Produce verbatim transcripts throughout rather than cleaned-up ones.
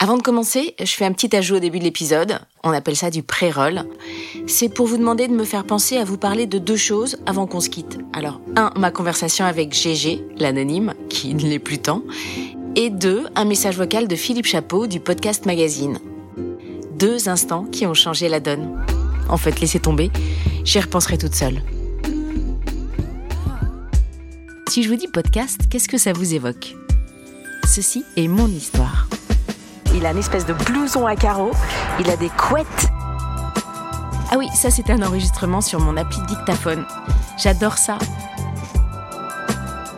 Avant de commencer, je fais un petit ajout au début de l'épisode. On appelle ça du pré-roll. C'est pour vous demander de me faire penser à vous parler de deux choses avant qu'on se quitte. Alors, un, ma conversation avec Gégé, l'anonyme, qui ne l'est plus tant. Et deux, un message vocal de Philippe Chapeau du Podcast Magazine. Deux instants qui ont changé la donne. En fait, laissez tomber, j'y repenserai toute seule. Si je vous dis podcast, qu'est-ce que ça vous évoque ? Ceci est mon histoire. Il a une espèce de blouson à carreaux, il a des couettes. Ah oui, ça c'est un enregistrement sur mon appli dictaphone. J'adore ça. Paf !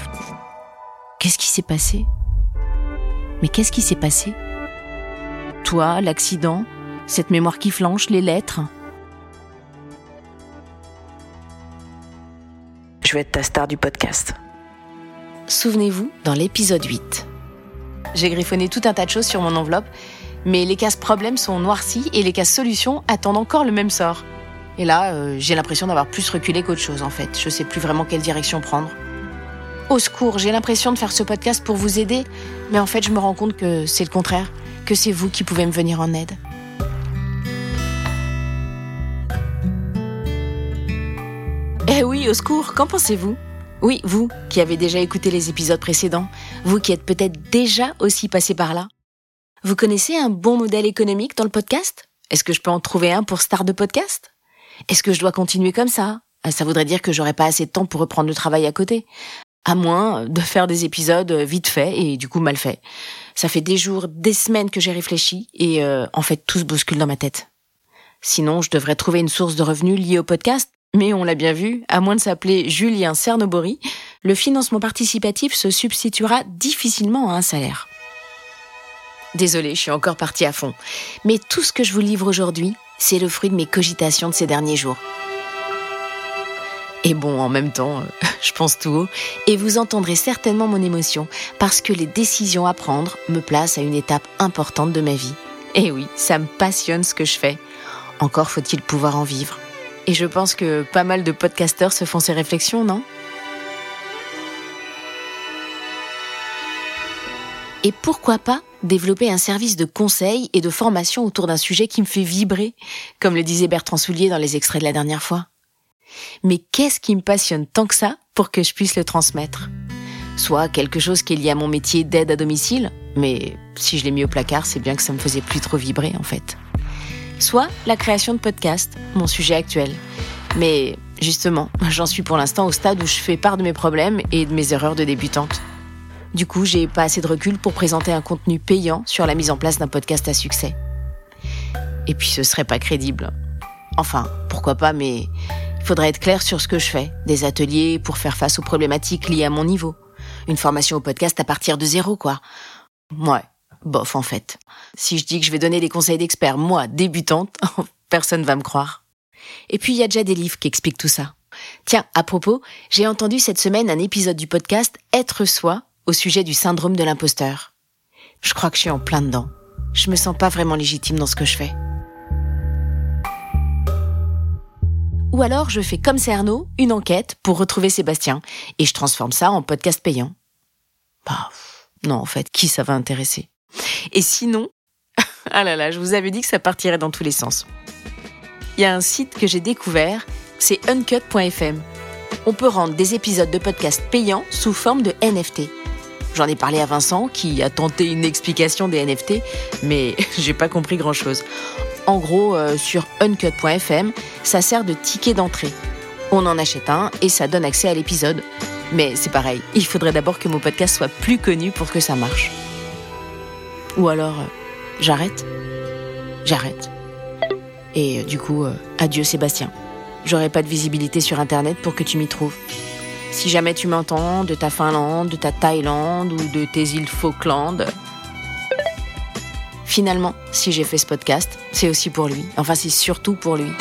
Qu'est-ce qui s'est passé ? Mais qu'est-ce qui s'est passé ? Toi, l'accident, cette mémoire qui flanche, les lettres. Je vais être ta star du podcast. Souvenez-vous, dans l'épisode huit, j'ai griffonné tout un tas de choses sur mon enveloppe, mais les cases problèmes sont noircies et les cases solutions attendent encore le même sort. Et là, euh, j'ai l'impression d'avoir plus reculé qu'autre chose en fait. Je sais plus vraiment quelle direction prendre. Au secours, j'ai l'impression de faire ce podcast pour vous aider, mais en fait, je me rends compte que c'est le contraire, que c'est vous qui pouvez me venir en aide. Eh oui, au secours, qu'en pensez-vous ? Oui, vous, qui avez déjà écouté les épisodes précédents, vous qui êtes peut-être déjà aussi passé par là. Vous connaissez un bon modèle économique dans le podcast ? Est-ce que je peux en trouver un pour star de podcast ? Est-ce que je dois continuer comme ça ? Ça voudrait dire que j'aurais pas assez de temps pour reprendre le travail à côté. À moins de faire des épisodes vite faits et du coup mal faits. Ça fait des jours, des semaines que j'ai réfléchi et euh, en fait tout se bouscule dans ma tête. Sinon, je devrais trouver une source de revenus liée au podcast. Mais on l'a bien vu, à moins de s'appeler Julien Cernobori, le financement participatif se substituera difficilement à un salaire. Désolée, je suis encore partie à fond. Mais tout ce que je vous livre aujourd'hui, c'est le fruit de mes cogitations de ces derniers jours. Et bon, en même temps, je pense tout haut, et vous entendrez certainement mon émotion, parce que les décisions à prendre me placent à une étape importante de ma vie. Et oui, ça me passionne ce que je fais. Encore faut-il pouvoir en vivre. Et je pense que pas mal de podcasteurs se font ces réflexions, non ? Et pourquoi pas développer un service de conseil et de formation autour d'un sujet qui me fait vibrer, comme le disait Bertrand Soulier dans les extraits de la dernière fois. Mais qu'est-ce qui me passionne tant que ça pour que je puisse le transmettre ? Soit quelque chose qui est lié à mon métier d'aide à domicile, mais si je l'ai mis au placard, c'est bien que ça me faisait plus trop vibrer en fait. Soit la création de podcasts, mon sujet actuel. Mais justement, j'en suis pour l'instant au stade où je fais part de mes problèmes et de mes erreurs de débutante. Du coup, j'ai pas assez de recul pour présenter un contenu payant sur la mise en place d'un podcast à succès. Et puis ce serait pas crédible. Enfin, pourquoi pas, mais il faudrait être clair sur ce que je fais. Des ateliers pour faire face aux problématiques liées à mon niveau. Une formation au podcast à partir de zéro, quoi. Ouais. Bof, en fait. Si je dis que je vais donner des conseils d'experts, moi, débutante, personne va me croire. Et puis, il y a déjà des livres qui expliquent tout ça. Tiens, à propos, j'ai entendu cette semaine un épisode du podcast « Être soi » au sujet du syndrome de l'imposteur. Je crois que je suis en plein dedans. Je me sens pas vraiment légitime dans ce que je fais. Ou alors, je fais comme Cerno, une enquête pour retrouver Sébastien, et je transforme ça en podcast payant. Bah, non, en fait, qui ça va intéresser ? Et sinon, ah là là, je vous avais dit que ça partirait dans tous les sens. Il y a un site que j'ai découvert, c'est uncut point f m. On peut rendre des épisodes de podcast payants sous forme de N F T. J'en ai parlé à Vincent, qui a tenté une explication des N F T, mais j'ai pas compris grand-chose. En gros, euh, sur uncut point f m, ça sert de ticket d'entrée. On en achète un et ça donne accès à l'épisode. Mais c'est pareil, il faudrait d'abord que mon podcast soit plus connu pour que ça marche. Ou alors, euh, j'arrête. J'arrête. Et euh, du coup, euh, adieu Sébastien. J'aurai pas de visibilité sur Internet pour que tu m'y trouves. Si jamais tu m'entends de ta Finlande, de ta Thaïlande ou de tes îles Falkland. Finalement, si j'ai fait ce podcast, c'est aussi pour lui. Enfin, c'est surtout pour lui.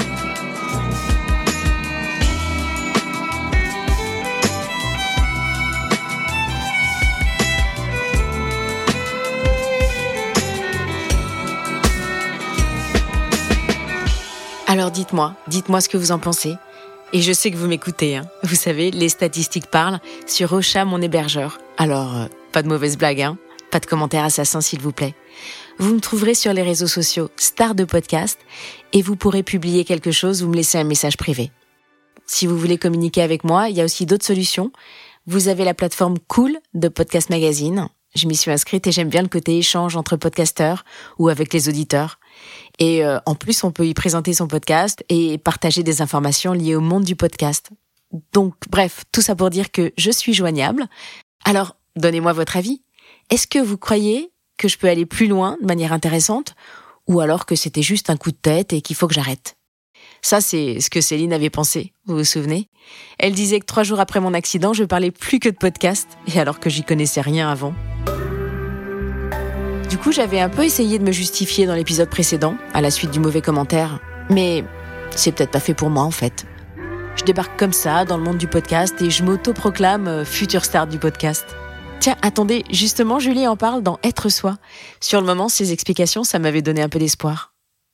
Alors dites-moi, dites-moi ce que vous en pensez. Et je sais que vous m'écoutez, hein. Vous savez, les statistiques parlent sur Ocha, mon hébergeur. Alors, euh, pas de mauvaise blague, hein. Pas de commentaires assassins, s'il vous plaît. Vous me trouverez sur les réseaux sociaux Star de Podcast et vous pourrez publier quelque chose ou me laisser un message privé. Si vous voulez communiquer avec moi, il y a aussi d'autres solutions. Vous avez la plateforme Cool de Podcast Magazine. Je m'y suis inscrite et j'aime bien le côté échange entre podcasteurs ou avec les auditeurs. Et euh, en plus, on peut y présenter son podcast et partager des informations liées au monde du podcast. Donc, bref, tout ça pour dire que je suis joignable. Alors, donnez-moi votre avis. Est-ce que vous croyez que je peux aller plus loin de manière intéressante ou alors que c'était juste un coup de tête et qu'il faut que j'arrête ? Ça, c'est ce que Céline avait pensé, vous vous souvenez ? Elle disait que trois jours après mon accident, je parlais plus que de podcast, et alors que j'y connaissais rien avant. Du coup, j'avais un peu essayé de me justifier dans l'épisode précédent, à la suite du mauvais commentaire, mais c'est peut-être pas fait pour moi en fait. Je débarque comme ça dans le monde du podcast et je m'auto-proclame future star du podcast. Tiens, attendez, justement, Julie en parle dans Être soi. Sur le moment, ces explications, ça m'avait donné un peu d'espoir.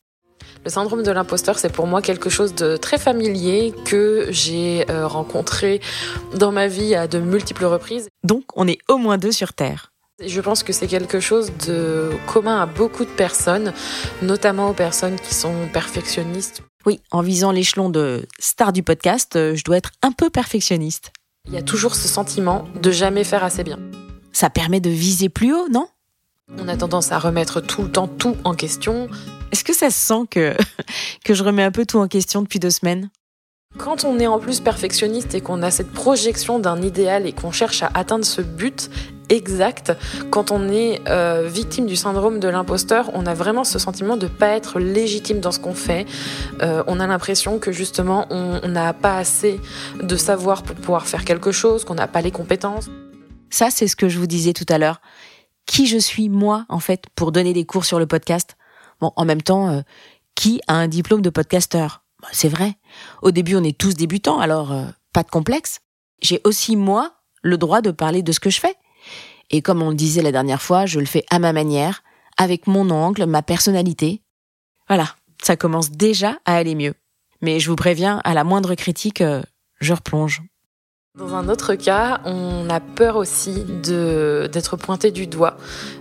Le syndrome de l'imposteur, c'est pour moi quelque chose de très familier que j'ai euh, rencontré dans ma vie à de multiples reprises. Donc, on est au moins deux sur Terre. Je pense que c'est quelque chose de commun à beaucoup de personnes, notamment aux personnes qui sont perfectionnistes. Oui, en visant l'échelon de star du podcast, je dois être un peu perfectionniste. Il y a toujours ce sentiment de jamais faire assez bien. Ça permet de viser plus haut, non ? On a tendance à remettre tout le temps tout en question. Est-ce que ça se sent que, que je remets un peu tout en question depuis deux semaines ? Quand on est en plus perfectionniste et qu'on a cette projection d'un idéal et qu'on cherche à atteindre ce but exact, quand on est euh, victime du syndrome de l'imposteur, on a vraiment ce sentiment de ne pas être légitime dans ce qu'on fait. Euh, on a l'impression que justement, on n'a pas assez de savoir pour pouvoir faire quelque chose, qu'on n'a pas les compétences. Ça, c'est ce que je vous disais tout à l'heure. Qui je suis, moi, en fait, pour donner des cours sur le podcast ? Bon, en même temps, euh, qui a un diplôme de podcasteur ? Bah, c'est vrai. Au début, on est tous débutants, alors euh, pas de complexe. J'ai aussi, moi, le droit de parler de ce que je fais. Et comme on le disait la dernière fois, je le fais à ma manière, avec mon angle, ma personnalité. Voilà, ça commence déjà à aller mieux. Mais je vous préviens, à la moindre critique, euh, je replonge. Dans un autre cas, on a peur aussi de, d'être pointé du doigt.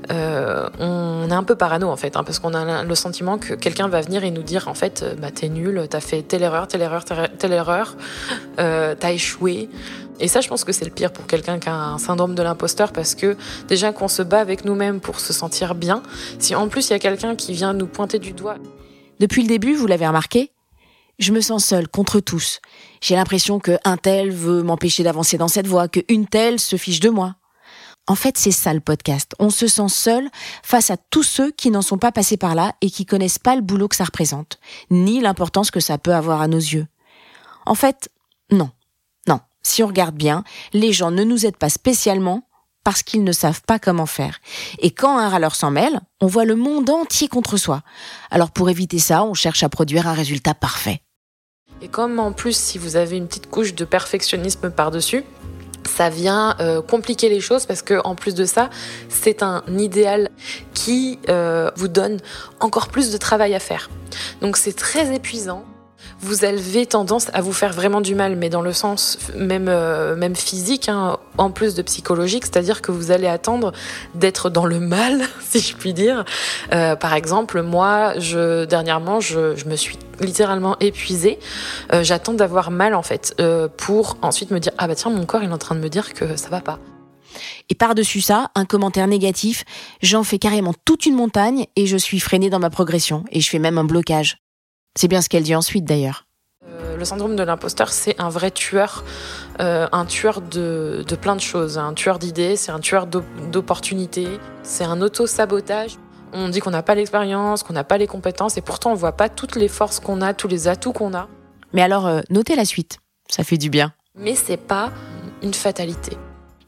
Euh, on est un peu parano en fait, hein, parce qu'on a le sentiment que quelqu'un va venir et nous dire en fait, bah, t'es nul, t'as fait telle erreur, telle erreur, telle erreur, euh, t'as échoué. Et ça, je pense que c'est le pire pour quelqu'un qui a un syndrome de l'imposteur, parce que déjà qu'on se bat avec nous-mêmes pour se sentir bien, si en plus il y a quelqu'un qui vient nous pointer du doigt. Depuis le début, vous l'avez remarqué, je me sens seule contre tous. J'ai l'impression qu'un tel veut m'empêcher d'avancer dans cette voie, qu'une telle se fiche de moi. En fait, c'est ça le podcast. On se sent seul face à tous ceux qui n'en sont pas passés par là et qui connaissent pas le boulot que ça représente, ni l'importance que ça peut avoir à nos yeux. En fait, non. Non. Si on regarde bien, les gens ne nous aident pas spécialement parce qu'ils ne savent pas comment faire. Et quand un râleur s'en mêle, on voit le monde entier contre soi. Alors pour éviter ça, on cherche à produire un résultat parfait. Et comme en plus, si vous avez une petite couche de perfectionnisme par-dessus, ça vient euh, compliquer les choses, parce que en plus de ça, c'est un idéal qui euh, vous donne encore plus de travail à faire. Donc c'est très épuisant. Vous avez tendance à vous faire vraiment du mal, mais dans le sens même, euh, même physique, hein, en plus de psychologique, c'est-à-dire que vous allez attendre d'être dans le mal, si je puis dire. Euh, par exemple, moi, je, dernièrement, je, je me suis littéralement épuisée. Euh, j'attends d'avoir mal, en fait, euh, pour ensuite me dire « Ah bah tiens, mon corps il est en train de me dire que ça va pas ». Et par-dessus ça, un commentaire négatif, j'en fais carrément toute une montagne et je suis freinée dans ma progression et je fais même un blocage. C'est bien ce qu'elle dit ensuite d'ailleurs. Euh, le syndrome de l'imposteur, c'est un vrai tueur, euh, un tueur de, de plein de choses, un tueur d'idées, c'est un tueur d'opportunités, c'est un auto-sabotage. On dit qu'on n'a pas l'expérience, qu'on n'a pas les compétences, et pourtant on voit pas toutes les forces qu'on a, tous les atouts qu'on a. Mais alors, euh, notez la suite, ça fait du bien. Mais c'est pas une fatalité. Pourquoi ?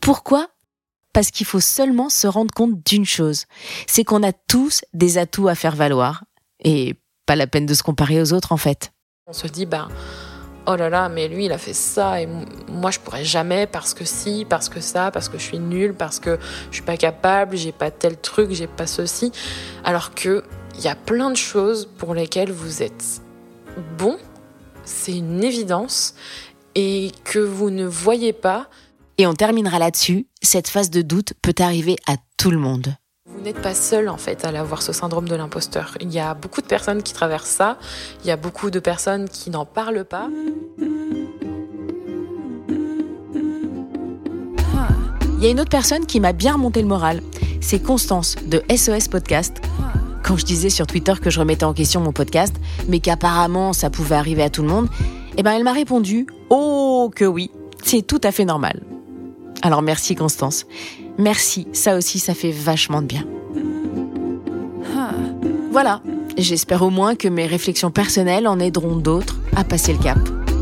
Parce qu'il faut seulement se rendre compte d'une chose, c'est qu'on a tous des atouts à faire valoir, et pas la peine de se comparer aux autres en fait. On se dit, ben, oh là là, mais lui il a fait ça, et moi je pourrais jamais, parce que si, parce que ça, parce que je suis nulle, parce que je suis pas capable, j'ai pas tel truc, j'ai pas ceci. Alors que il y a plein de choses pour lesquelles vous êtes bon, c'est une évidence, et que vous ne voyez pas. Et on terminera là-dessus, cette phase de doute peut arriver à tout le monde. Vous n'êtes pas seul en fait à avoir ce syndrome de l'imposteur. Il y a beaucoup de personnes qui traversent ça, il y a beaucoup de personnes qui n'en parlent pas. Il y a une autre personne qui m'a bien remonté le moral, c'est Constance de S O S Podcast. Quand je disais sur Twitter que je remettais en question mon podcast, mais qu'apparemment ça pouvait arriver à tout le monde, eh ben elle m'a répondu « Oh que oui, c'est tout à fait normal ». Alors merci Constance, merci, ça aussi ça fait vachement de bien. Voilà, j'espère au moins que mes réflexions personnelles en aideront d'autres à passer le cap.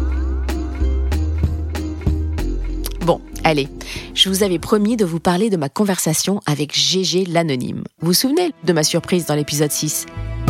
Bon, allez, je vous avais promis de vous parler de ma conversation avec Gégé l'anonyme. Vous vous souvenez de ma surprise dans l'épisode six ?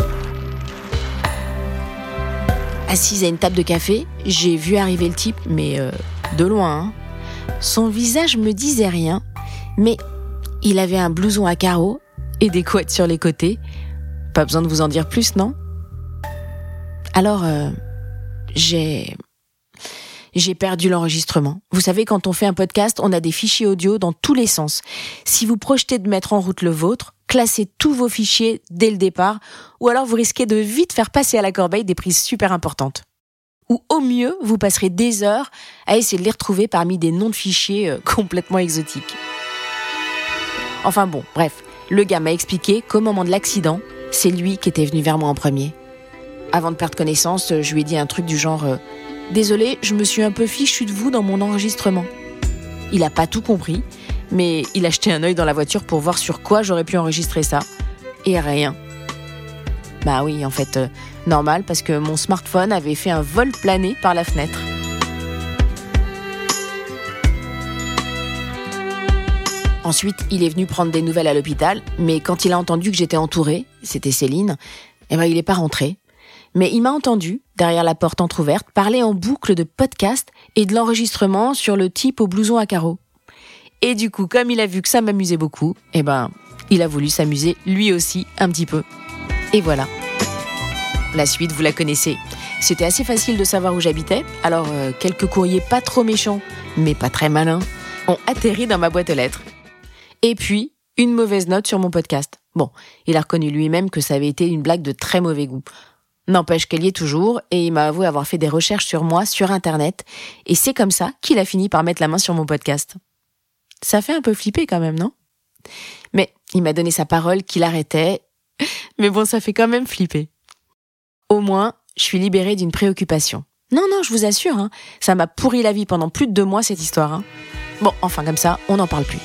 Assise à une table de café, j'ai vu arriver le type, mais euh, de loin. Hein. Son visage me disait rien, mais il avait un blouson à carreaux et des couettes sur les côtés. Pas besoin de vous en dire plus, non ? Alors, euh, j'ai... J'ai perdu l'enregistrement. Vous savez, quand on fait un podcast, on a des fichiers audio dans tous les sens. Si vous projetez de mettre en route le vôtre, classez tous vos fichiers dès le départ, ou alors vous risquez de vite faire passer à la corbeille des prises super importantes. Ou au mieux, vous passerez des heures à essayer de les retrouver parmi des noms de fichiers euh, complètement exotiques. Enfin bon, bref, le gars m'a expliqué qu'au moment de l'accident, c'est lui qui était venu vers moi en premier. Avant de perdre connaissance, je lui ai dit un truc du genre euh, « Désolé, je me suis un peu fichu de vous dans mon enregistrement ». Il a pas tout compris, mais il a jeté un œil dans la voiture pour voir sur quoi j'aurais pu enregistrer ça. Et rien. Bah oui, en fait, euh, normal, parce que mon smartphone avait fait un vol plané par la fenêtre. Ensuite, il est venu prendre des nouvelles à l'hôpital, mais quand il a entendu que j'étais entourée, c'était Céline, eh ben il est pas rentré. Mais il m'a entendu, derrière la porte entrouverte, parler en boucle de podcast et de l'enregistrement sur le type au blouson à carreaux. Et du coup, comme il a vu que ça m'amusait beaucoup, eh ben, il a voulu s'amuser lui aussi un petit peu. Et voilà. La suite, vous la connaissez. C'était assez facile de savoir où j'habitais, alors euh, quelques courriers pas trop méchants, mais pas très malins, ont atterri dans ma boîte aux lettres. Et puis, une mauvaise note sur mon podcast. Bon, il a reconnu lui-même que ça avait été une blague de très mauvais goût. N'empêche qu'elle y est toujours, et il m'a avoué avoir fait des recherches sur moi sur Internet, et c'est comme ça qu'il a fini par mettre la main sur mon podcast. Ça fait un peu flipper quand même, non ? Mais il m'a donné sa parole qu'il arrêtait, mais bon, ça fait quand même flipper. Au moins, je suis libérée d'une préoccupation. Non, non, je vous assure, hein, ça m'a pourri la vie pendant plus de deux mois cette histoire. Hein. Bon, enfin comme ça, on n'en parle plus.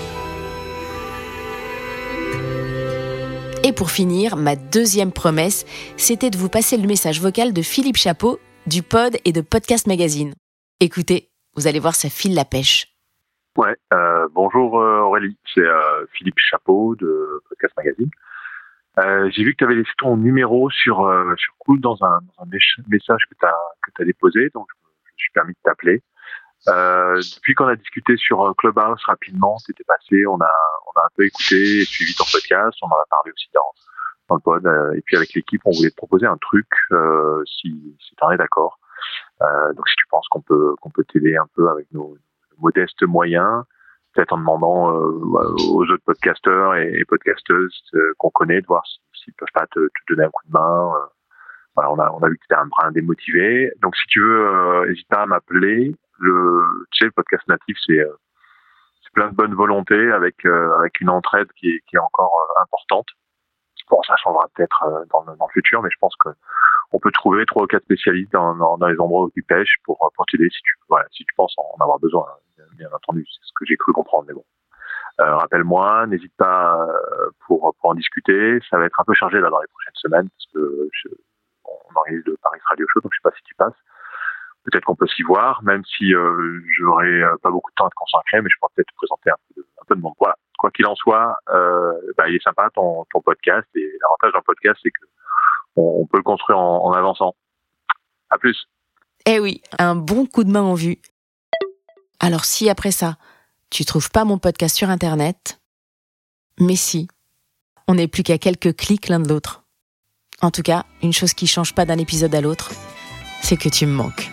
Et pour finir, ma deuxième promesse, c'était de vous passer le message vocal de Philippe Chapeau, du Pod et de Podcast Magazine. Écoutez, vous allez voir, ça file la pêche. Ouais, euh, bonjour euh, Aurélie, c'est euh, Philippe Chapeau de Podcast Magazine. Euh, j'ai vu que tu avais laissé ton numéro sur, euh, sur Cool dans un, dans un message que tu as que tu as déposé, donc je me suis permis de t'appeler. Euh, depuis qu'on a discuté sur Clubhouse rapidement, c'était passé, on a on a un peu écouté et suivi ton podcast, on en a parlé aussi dans dans le pod, euh, et puis avec l'équipe, on voulait te proposer un truc, euh, si si t'en es d'accord. Euh, donc si tu penses qu'on peut qu'on peut t'aider un peu avec nos, nos modestes moyens, peut-être en demandant euh, aux autres podcasteurs et, et podcasteuses euh, qu'on connaît de voir s'ils peuvent pas te, te donner un coup de main. Euh, voilà, on a on a vu que t'étais un brin démotivé, donc si tu veux, n'hésite euh, pas à m'appeler. Le, tu sais, le podcast natif, c'est, euh, c'est plein de bonne volonté avec euh, avec une entraide qui est, qui est encore euh, importante. Bon, ça changera peut-être euh, dans, le, dans le futur, mais je pense que on peut trouver trois ou quatre spécialistes dans, dans, dans les endroits où tu pêches pour pour t'aider si tu voilà, si tu penses en avoir besoin. Bien, bien entendu, c'est ce que j'ai cru comprendre, mais bon. Euh, rappelle-moi, n'hésite pas euh, pour pour en discuter. Ça va être un peu chargé là dans les prochaines semaines parce que je, on organise le Paris Radio Show, donc je sais pas si tu passes. Peut-être qu'on peut s'y voir, même si euh, j'aurai euh, pas beaucoup de temps à te consacrer, mais je pourrais peut-être te présenter un peu de, un peu de monde. Voilà. Quoi qu'il en soit, euh, bah, il est sympa ton, ton podcast, et l'avantage d'un podcast, c'est que on, on peut le construire en, en avançant. À plus. Eh oui, un bon coup de main en vue. Alors si après ça, tu trouves pas mon podcast sur Internet, mais si, on n'est plus qu'à quelques clics l'un de l'autre. En tout cas, une chose qui change pas d'un épisode à l'autre, c'est que tu me manques.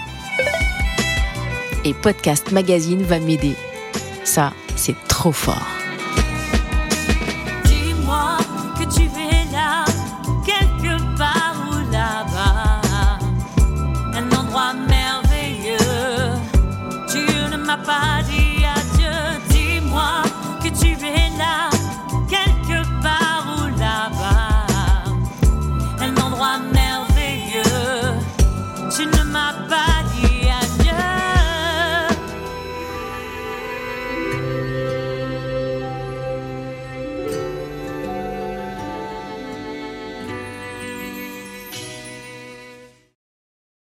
Et Podcast Magazine va m'aider. Ça, c'est trop fort. pas dit